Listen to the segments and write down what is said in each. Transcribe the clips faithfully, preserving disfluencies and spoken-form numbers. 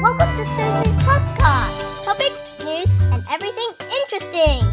Welcome to Susie's podcast. Topics, news, and everything interesting.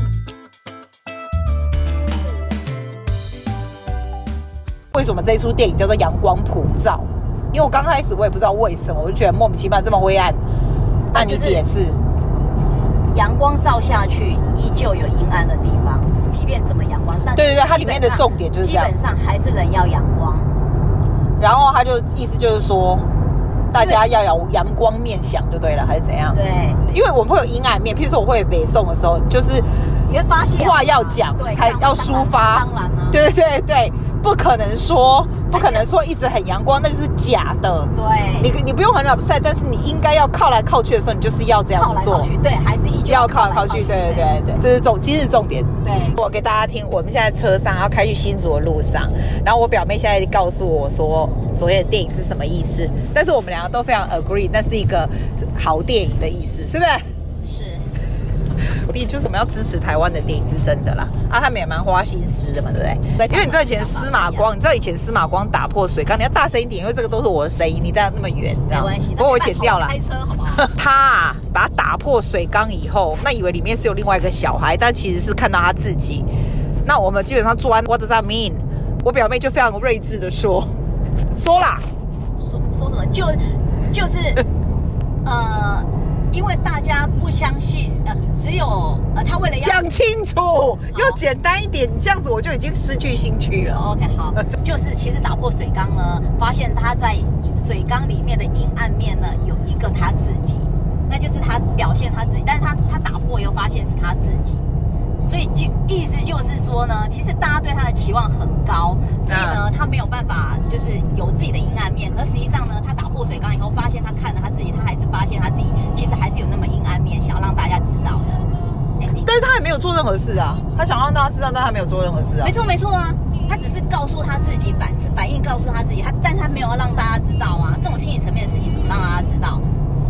为什么这一出电影叫做《阳光普照》？因为我刚开始我也不知道为什么，我就觉得莫名其妙这么灰暗。那你解释？ 阳光照下去，依旧有阴暗的地方，即便怎么阳光，但是对对对，它里面的重点就是这样， 基本上还是人要阳光。 然后他就意思就是说，大家要有阳光面想就对了，还是怎样？ 对， 因为我们会有阴暗面，譬如说我会北宋的时候，就是你会发现话要讲才要抒发， 当然啊， 对对对，不可能说不可能说一直很阳光，那就是假的。 对， 你你不用很upset，但是你应该要靠来靠去的时候，你就是要这样子做。 靠来靠去，对，还是依旧要靠来靠去，对对对对，这是重今日重点。 对， 我给大家听，我们现在车上要开去新竹的路上，然后我表妹现在告诉我说，昨天的电影是什么意思？但是我们两个都非常 agree， 那是一个好电影的意思，是不是？ 是。 我弟就是我们要支持台湾的电影是真的啦，啊，他们也蛮花心思的嘛，对不对？因为你知道以前司马光，你知道以前司马光打破水缸，你要大声一点，因为这个都是我的声音，你站那么远， 没关系， 不过我剪掉了。 开车好不好？ 他啊，把它打破水缸以后，那以为里面是有另外一个小孩，但其实是看到他自己。那我们基本上做完 What does that mean？ 我表妹就非常睿智的说，说啦， 说说什么？就就是呃。因为大家不相信，呃，只有呃，他为了要讲清楚，又简单一点，这样子我就已经失去兴趣了。 OK， 好，就是其实打破水缸呢，发现他在水缸里面的阴暗面呢，有一个他自己，那就是他表现他自己，但是他他打破以后发现是他自己，所以就意思就是说呢，其实大家对他的期望很高，所以呢，他没有办法就是有自己的阴暗面，可实际上呢，他打破水缸以后，发现他看了他自己，他还是发现他自己其实还是有那么阴暗面，想要让大家知道的。 但是他也没有做任何事啊，他想让大家知道，但他没有做任何事啊。 没错没错啊，他只是告诉他自己反反应，告诉他自己，他但他没有要让大家知道啊，这种心理层面的事情怎么让大家知道？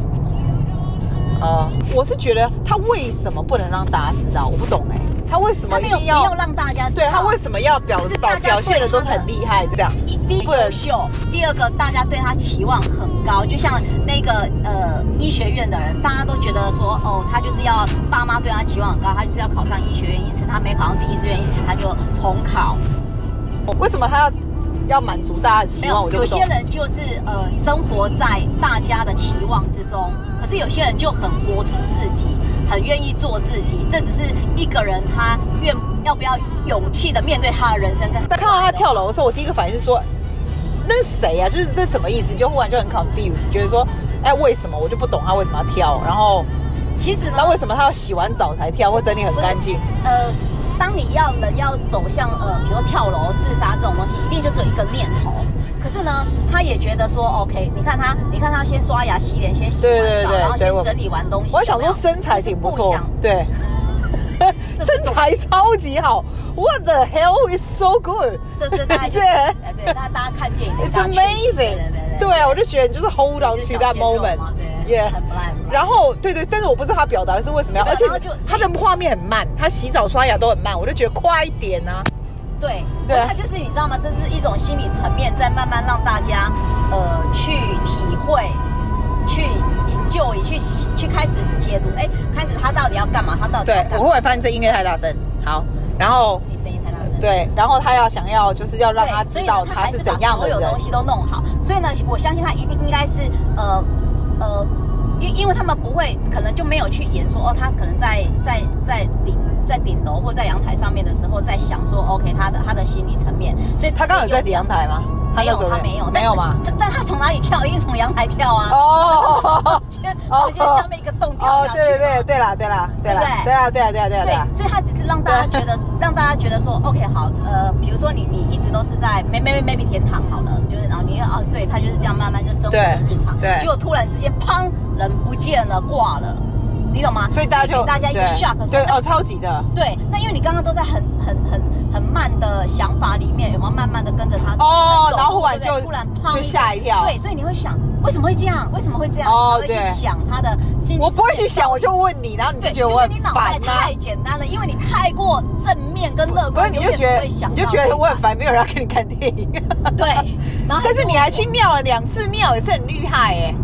哦、呃，我是觉得他为什么不能让大家知道？我不懂哎、欸，他为什么一定要要让大家知道？ 对他为什么要表表表现的都是很厉害这样？ 第一个优秀，第二个大家对他期望很高，就像那个呃医学院的人，大家都觉得说哦，他就是要爸妈对他期望很高，他就是要考上医学院，因此他没考上第一志愿，因此他就重考。 为什么他要？要满足大家的期望，我就不懂。 有些人就是呃生活在大家的期望之中，可是有些人就很活出自己，很愿意做自己。这只是一个人他愿要不要勇气的面对他的人生跟。 但看到他跳楼的时候，我第一个反应是说，那是谁啊？就是这什么意思？就忽然就很 confused， 觉得说，哎，为什么？我就不懂他为什么要跳。然后， 其实呢， 那为什么他要洗完澡才跳，或整理很干净？ 呃。当你要人要走向呃，比如说跳楼、自杀这种东西，一定就只有一个念头。可是呢，他也觉得说 ，OK， 你看他，你看他先刷牙、洗脸，先洗完澡，对对对然后先整理完东西。 我想说身材挺不错，对，身材超级好。What the hell is so good？ 这这大家对对，大大家看电影 ，It's amazing。对对对，对啊，我就觉得就是 hold on to that moment。 Yeah， 很不赖。 然后对对，但是我不知道他表达的是为什么要，而且他的画面很慢，他洗澡刷牙都很慢，我就觉得快一点啊。 对对，他就是你知道吗？这是一种心理层面，在慢慢让大家呃去体会、去enjoy、去去开始解读。哎，开始他到底要干嘛？他到底要干嘛？ 对，我后来发现这音乐太大声，好，然后你声音太大声。 对，然后他要想要就是要让他知道他是怎样的人， 所有东西都弄好。所以呢，我相信他一定应该是呃。呃，因因为他们不会，可能就没有去演说哦，他可能在在在顶在顶楼或在阳台上面的时候，在想说 OK， 他的他的心理层面，所以他刚好有在阳台吗？ 没有，他没有， 没有吗？ 但但他从哪里跳？一定从阳台跳啊！ 哦， 我觉得下面一个洞跳下去。 哦，对对对啦，对啦，对啦，对啦，对啦，对啦，对啦，对啦。 所以他只是让大家觉得，让大家觉得说 OK 好，呃，比如说你你一直都是在 maybe maybe 天堂好了，就是然后你啊，对他就是这样慢慢就生活的日常，对，结果突然之间砰，人不见了，挂了。你懂吗？ 所以大家就大家一个 shock， 对哦，超级的。 对，那因为你刚刚都在很很很很慢的想法里面，有没有慢慢的跟着他走？ 哦，然后忽然就突然砰就吓一跳。 对，所以你会想为什么会这样？为什么会这样？哦，对，去想他的心理。 我不会去想，我就问你，然后你就觉得我很烦、啊。 就是你脑袋太简单了，因为你太过正面跟乐观， 不是你就觉得你就觉得我很烦，没有人要跟你看电影。 对，然后但是你还去尿了两次尿，也是很厉害哎、欸。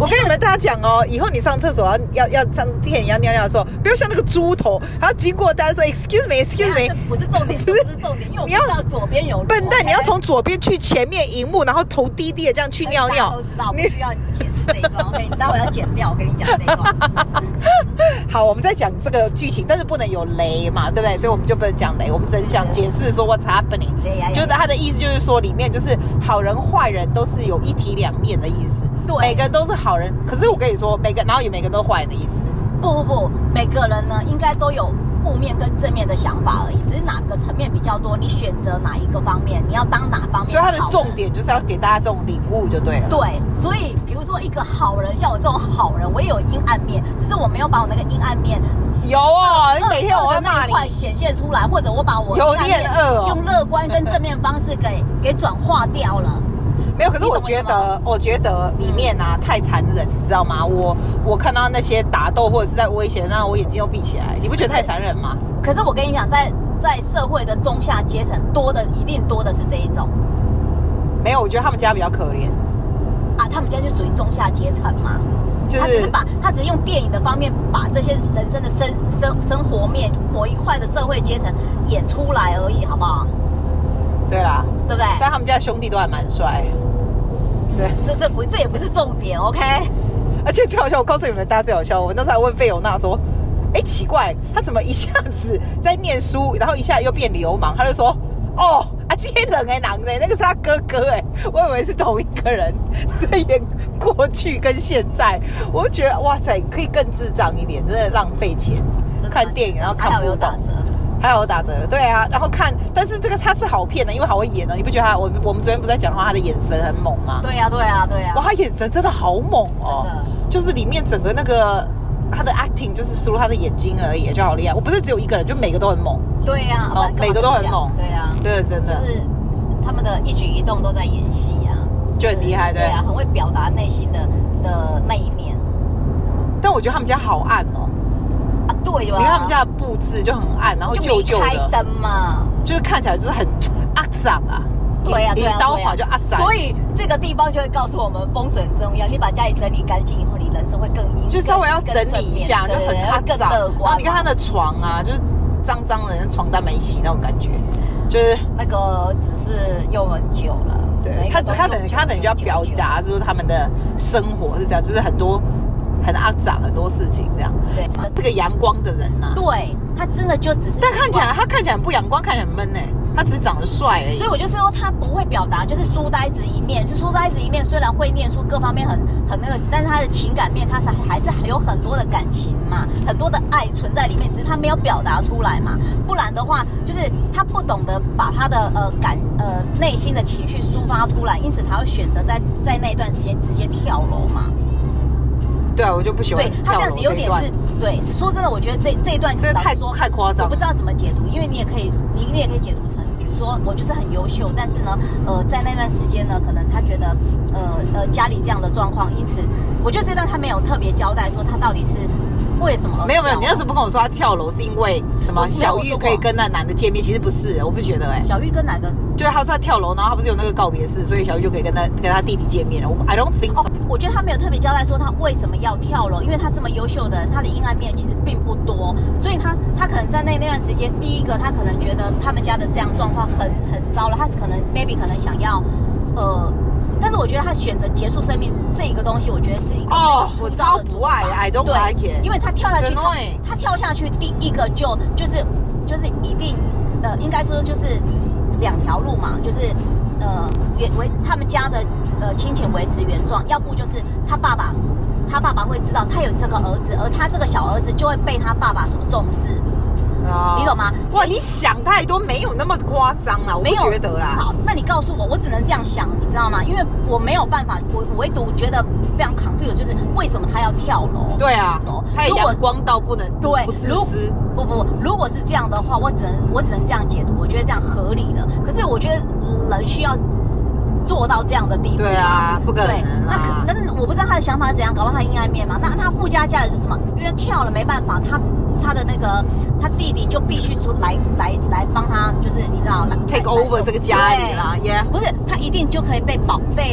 我跟你们大家讲哦，以后你上厕所要要要上电要尿尿的时候，不要像那个猪头，还要经过大家说 excuse me excuse me， 这不是重点，这不是重点，因为我们知道左边有路。 笨蛋，你要从左边去前面荧幕，然后头低低的这样去尿尿。 大家都知道，不需要你解释这一段。OK， 你待会要剪掉，我跟你讲这一段。 好，我们在讲这个剧情，但是不能有雷嘛，对不对？所以我们就不能讲雷，我们只能讲解释说 what's happening。就是他的意思就是说，里面就是好人坏人都是有一体两面的意思。 对， 每个人都是好人，可是我跟你说，每个然后也每个人都是坏人的意思。 不不不，每个人呢应该都有负面跟正面的想法而已，只是哪个层面比较多，你选择哪一个方面，你要当哪方面。 所以他的重点就是要给大家这种领悟就对了。 对，所以比如说一个好人，像我这种好人，我也有阴暗面，只是我没有把我那个阴暗面有哦，你每天我会骂你显现出来，或者我把我有点恶用乐观跟正面方式给给转化掉了。 没有，可是我觉得，我觉得里面啊、嗯、太残忍，你知道吗？我我看到那些打斗或者是在威胁，那我眼睛都闭起来，你不觉得太残忍吗？ 可是我跟你讲，在在社会的中下阶层多的一定多的是这一种。 没有，我觉得他们家比较可怜啊，他们家就属于中下阶层嘛。 就是、 他只是把他只是用电影的方面把这些人生的生生生活面某一块的社会阶层演出来而已，好不好？ 对啦， 对不对？ 但他们家的兄弟都还蛮帅。对， 这这不这也不是重点 ，OK？ 而且最好笑，我告诉你们，大家最好笑，我那时候还问费尤娜说：“哎，奇怪，他怎么一下子在念书，然后一下又变流氓？”他就说：“哦，啊，今天冷哎，男的，那个是他哥哥哎，我以为是同一个人在演过去跟现在。”我就觉得哇塞，可以更智障一点，真的浪费钱看电影，然后看不懂。还有打折，对啊，然后看，但是这个他是好骗的，因为好会演的，你不觉得他？我我们昨天不是在讲话，他的眼神很猛吗？ 对呀、啊，对呀、啊，对呀、啊。 哇，他眼神真的好猛哦，就是里面整个那个他的 acting 就是除了他的眼睛而已，就好厉害。我不是只有一个人，就每个都很猛。 对呀、啊， 哦，每个都很猛。 对呀、啊， 真的真的， 就是他们的一举一动都在演戏啊， 就很厉害，对。 对啊，很会表达内心的的那一面。 但我觉得他们家好暗哦。 啊，对吧？ 你看他们家的布置就很暗，然后旧旧的， 就没开灯嘛， 就是看起来就是很肮脏啊。 对呀、啊，对呀、啊， 刀法就肮脏。 所以这个地方就会告诉我们，风水很重要。你把家里整理干净以后，你人生会更阴， 就稍微要整理一下，就很肮脏。然后你看他的床啊，就是脏脏的，床单没洗那种感觉，就是那个只是用很久了。 对，他他等他等于就要表达，就是他们的生活是这样，就是很多。很肮脏，很多事情这样。对，这个阳光的人呐、啊， 对他真的就只是， 但看起来他看起来不阳光，看起来很闷哎、欸。他只是长得帅而已。 所以我就说他不会表达，就是书呆子一面。是书呆子一面，虽然会念书，各方面很很那个，但是他的情感面，他是还是有很多的感情嘛，很多的爱存在里面，只是他没有表达出来嘛。不然的话，就是他不懂得把他的呃感呃内心的情绪抒发出来，因此他会选择在在那段时间直接跳楼嘛。 对啊，我就不喜欢。 对他这样子有点是，对，说真的，我觉得这这一段这太太夸张， 我不知道怎么解读，因为你也可以，你你也可以解读成，比如说我就是很优秀，但是呢，呃，在那段时间呢，可能他觉得，呃呃，家里这样的状况，因此，我觉得这段他没有特别交代说他到底是为了什么。 没有没有，你那时候不跟我说他跳楼是因为什么？小玉可以跟那男的见面，其实不是，我不觉得哎、欸。 小玉跟哪个？ 就是他说他跳楼，然后他不是有那个告别式，所以小玉就可以跟他跟他弟弟见面了。我 I don't think so。 哦，我觉得他没有特别交代说他为什么要跳楼，因为他这么优秀的人，他的阴暗面其实并不多，所以他他可能在那那段时间，第一个他可能觉得他们家的这样状况很很糟了，他可能 maybe 可能想要呃。但是我觉得他选择结束生命这一个东西，我觉得是一个哦，我超不爱 ，I don't like it。 因为他跳下去，他, 他跳下去第一个就就是就是一定呃，应该说就是两条路嘛，就是呃原维他们家的呃亲情维持原状，要不就是他爸爸他爸爸会知道他有这个儿子，而他这个小儿子就会被他爸爸所重视。Oh. 你懂吗？ 哇，你想太多，没有那么夸张啦，我不觉得啦。 好，那你告诉我，我只能这样想，你知道吗？因为我没有办法，我唯独觉得非常 confused， 就是为什么他要跳楼？ 对啊，他阳光到不能对不自私。 不不不，如果是这样的话，我只能我只能这样解读，我觉得这样合理的。可是我觉得人需要做到这样的地步， 对啊，不可能、啊。 那可，但是我不知道他的想法是怎样，搞不好他阴暗面嘛。那他附加价值是什么？因为跳了没办法，他他的那个他弟弟就必须出来来来帮他，就是你知道 take over 这个家里啦，也、yeah. 不是他一定就可以被保被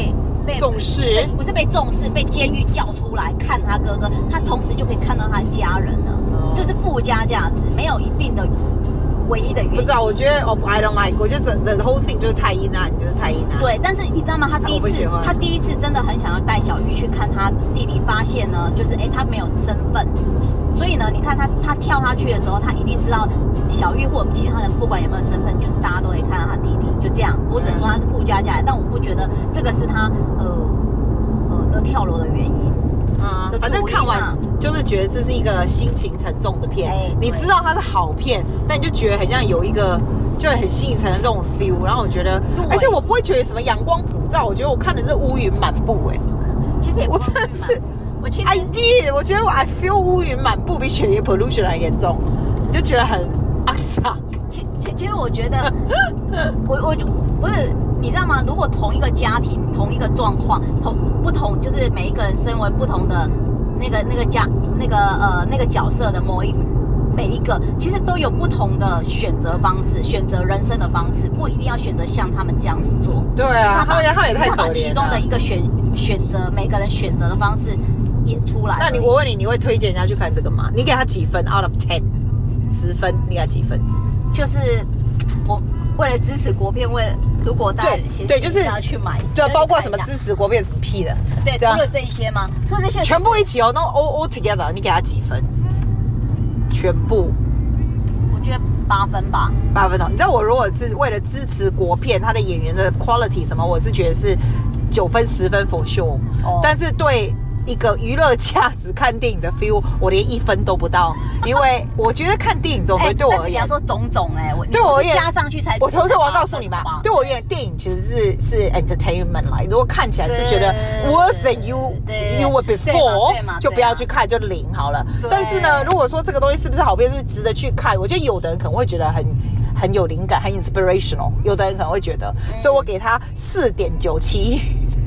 被重视， 不是被重视，被监狱叫出来看他哥哥，他同时就可以看到他的家人了。哦、这是附加价值，没有一定的唯一的原因。 不知道，我觉得哦、oh, ，I don't like， 我觉得整个 whole thing 就是太阴暗，就是太阴暗。 对，但是你知道吗？他第一次，他第一次真的很想要带小玉去看他弟弟，发现呢，就是哎，他没有身份。所以呢，你看他他跳下去的时候，他一定知道小玉或其他人不管有没有身份，就是大家都会看到他弟弟，就这样。我只能说他是附加价值，但我不觉得这个是他呃呃的跳楼的原因。 啊、嗯，反正看完就是觉得这是一个心情沉重的片。哎、你知道它是好片，但你就觉得很像有一个就很心情沉的这种 feel。然后我觉得，而且我不会觉得什么阳光普照，我觉得我看的是乌云满布。哎， 其实也我真的是。 我其实 I did， 我觉得我 I feel 乌云满布比雪梨 pollution 还严重，你就觉得很肮脏。 其其其实我觉得，我我就不是你知道吗？如果同一个家庭、同一个状况、同不同，就是每一个人身为不同的那个那个家那个呃那个角色的某一每一个，其实都有不同的选择方式，选择人生的方式，不一定要选择像他们这样子做。 对啊，他他也太可怜了。他把其中的一个选选择，每个人选择的方式。演出来。 那你我问你，你会推荐人家去看这个吗？你给他几分 out of ten？ 十分，你给他几分？ 就是我为了支持国片，为了如果大家有些对，就是要去买， 就包括什么支持国片什么屁的。 对，除了这一些吗？除了这些， 全部一起哦，那 all all together， 你给他几分？全部？ 我觉得八分吧。 八分哦。你知道我如果是为了支持国片，他的演员的 quality 什么，我是觉得是九分十分 for sure。哦。但是对。一个娱乐价值看电影的 feel， 我连一分都不到，因为我觉得看电影总会对我而言， 你要说种种哎、欸，我对我而言加上去才， 我从这我要告诉你嘛，对我而言，电影其实是是 entertainment 来，如果看起来是觉得 worse than you you were before， 就不要去看，就零好了。但是呢，如果说这个东西是不是好片，是不是值得去看，我觉得有的人可能会觉得很很有灵感，很 inspirational， 有的人可能会觉得，嗯、所以我给他四点九七。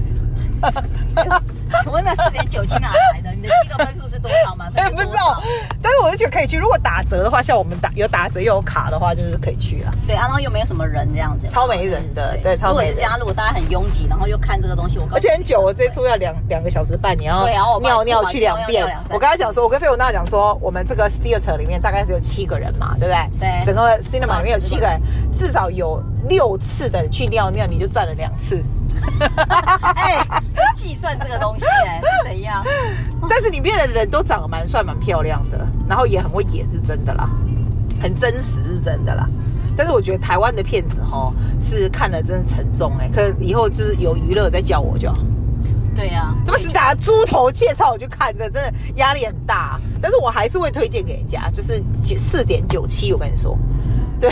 请问那四点九七哪来的？你的及格分数是多少吗？ 不知道，但是我就觉得可以去。如果打折的话，像我们打有打折又有卡的话，就是可以去了。 对，然后又没有什么人这样子， 超没人的，对，超没人。 如果是这样，如果大家很拥挤，然后又看这个东西，我而且很久，我这出要两两个小时半，你要尿尿去两遍。我跟他讲说，我跟费欧娜讲说，我们这个 theater 里面大概只有七个人嘛，对不对？ 对， 整个 cinema 里面有七个人，至少有六次的人去尿尿，你就占了两次。 哎、欸，计算这个东西哎、欸、是怎样？ 但是里面的人都长得蛮帅、蛮漂亮的，然后也很会演，是真的啦，很真实，是真的啦。但是我觉得台湾的片子哈是看了真的沉重哎、欸，可以后就是有娱乐再叫我就好。 对呀、啊， 怎么是打猪头介绍我就看着，真的压力很大。但是我还是会推荐给人家，就是四点九七，我跟你说，对。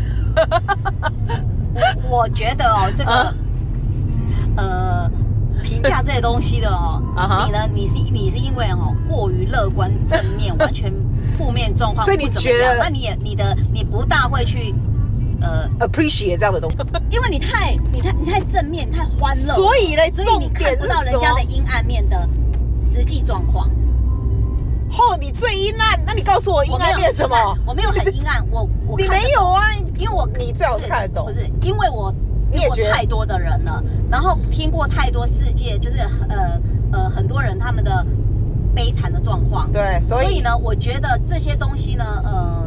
我觉得哦，这个。啊呃，评价这些东西的哦， uh-huh. 你呢？你是你是因为哦过于乐观正面，完全负面状况， 所以你觉得？ 那你也你的你不大会去呃 appreciate 这样的东西， 因为你太你太你太正面，你太欢乐， 所以呢， 所以你看不到人家的阴暗面的实际状况。 哦，你最阴暗，那你告诉我阴暗面什么？ 我没有很阴暗，我我你没有啊， 因为我你最好是看得懂， 不是因为我。遇过太多的人了，然后听过太多世界，就是呃呃很多人他们的悲惨的状况。 对，所以所以呢，我觉得这些东西呢，呃，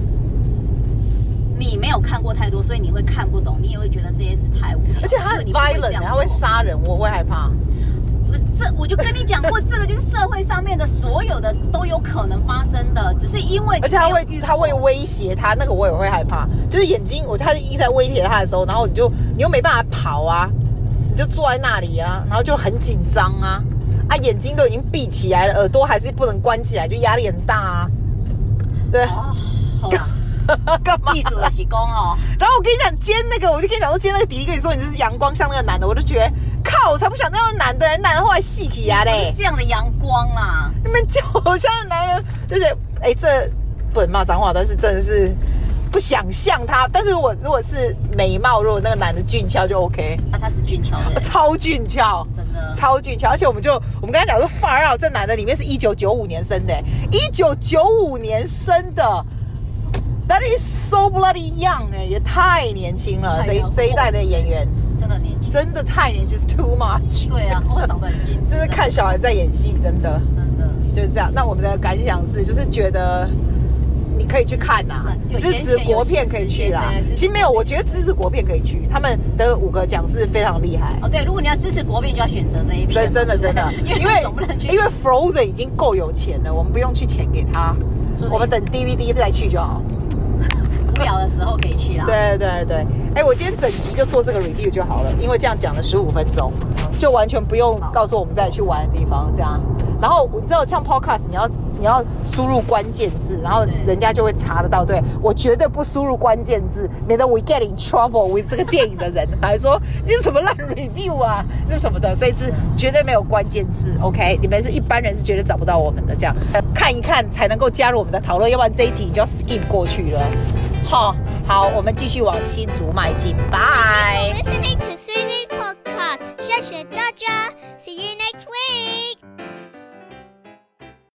你没有看过太多，所以你会看不懂，你也会觉得这些是太无聊。 而且他很 violent， 他会杀人，我会害怕。 这我就跟你讲过，这个就是社会上面的所有的都有可能发生的，只是因为而且他会他会威胁他，那个我也会害怕。就是眼睛，我他一直在威胁他的时候，然后你就你又没办法跑啊，你就坐在那里啊，然后就很紧张啊啊，眼睛都已经闭起来了，耳朵还是不能关起来，就压力很大啊。对， 哦、好了。 干嘛？ 艺术的习功哦。 然后我跟你讲，今天那个，我就跟你讲说，今天那个弟弟跟你说你这是阳光像那个男的，我就觉得靠，我才不想那样的男的，男的后来细起啊嘞， 这样的阳光啊， 你们就好像男人，就是哎，这不能骂脏话，但是真的是不想像他。但是如果如果是美貌，如果那个男的俊俏就 OK。 啊，他是俊俏的， 超俊俏， 真的超俊俏。而且我们就我们刚才讲说 far out， 这男的里面是一九九五年生的，一九九五年生的。That is so bloody young 哎、欸，也太年轻了，这这一代的演员真的年轻， 真的太年轻是 too much。 对啊，我长得很精致， 就是看小孩在演戏，真的， 真的就是这样。那我们的感想是，就是觉得你可以去看呐、啊，支持国片可以去啦。其实没有，我觉得支持国片可以去，他们得五个奖是非常厉害。 哦，对，如果你要支持国片，就要选择这一片。 真的真的， 因为总不能去， 因为 Frozen 已经够有钱了，我们不用去钱给他，我们等 D V D 再去就好。 无聊的时候可以去啦。 对对对，哎，我今天整集就做这个 review 就好了，因为这样讲了十五分钟，就完全不用告诉我们再去玩的地方，这样。然后你知道像 podcast 你要你要输入关键字，然后人家就会查得到。对，我绝对不输入关键字，免得 we get in trouble with 这个电影的人还说这是什么烂 review 啊，这是什么的，所以是绝对没有关键字。OK， 你们是一般人是绝对找不到我们的，这样看一看才能够加入我们的讨论，要不然这一集你就要 skip 过去了。好，好，我们继续往新竹迈进，拜。 Listening to Susie's podcast，谢谢大家，See you。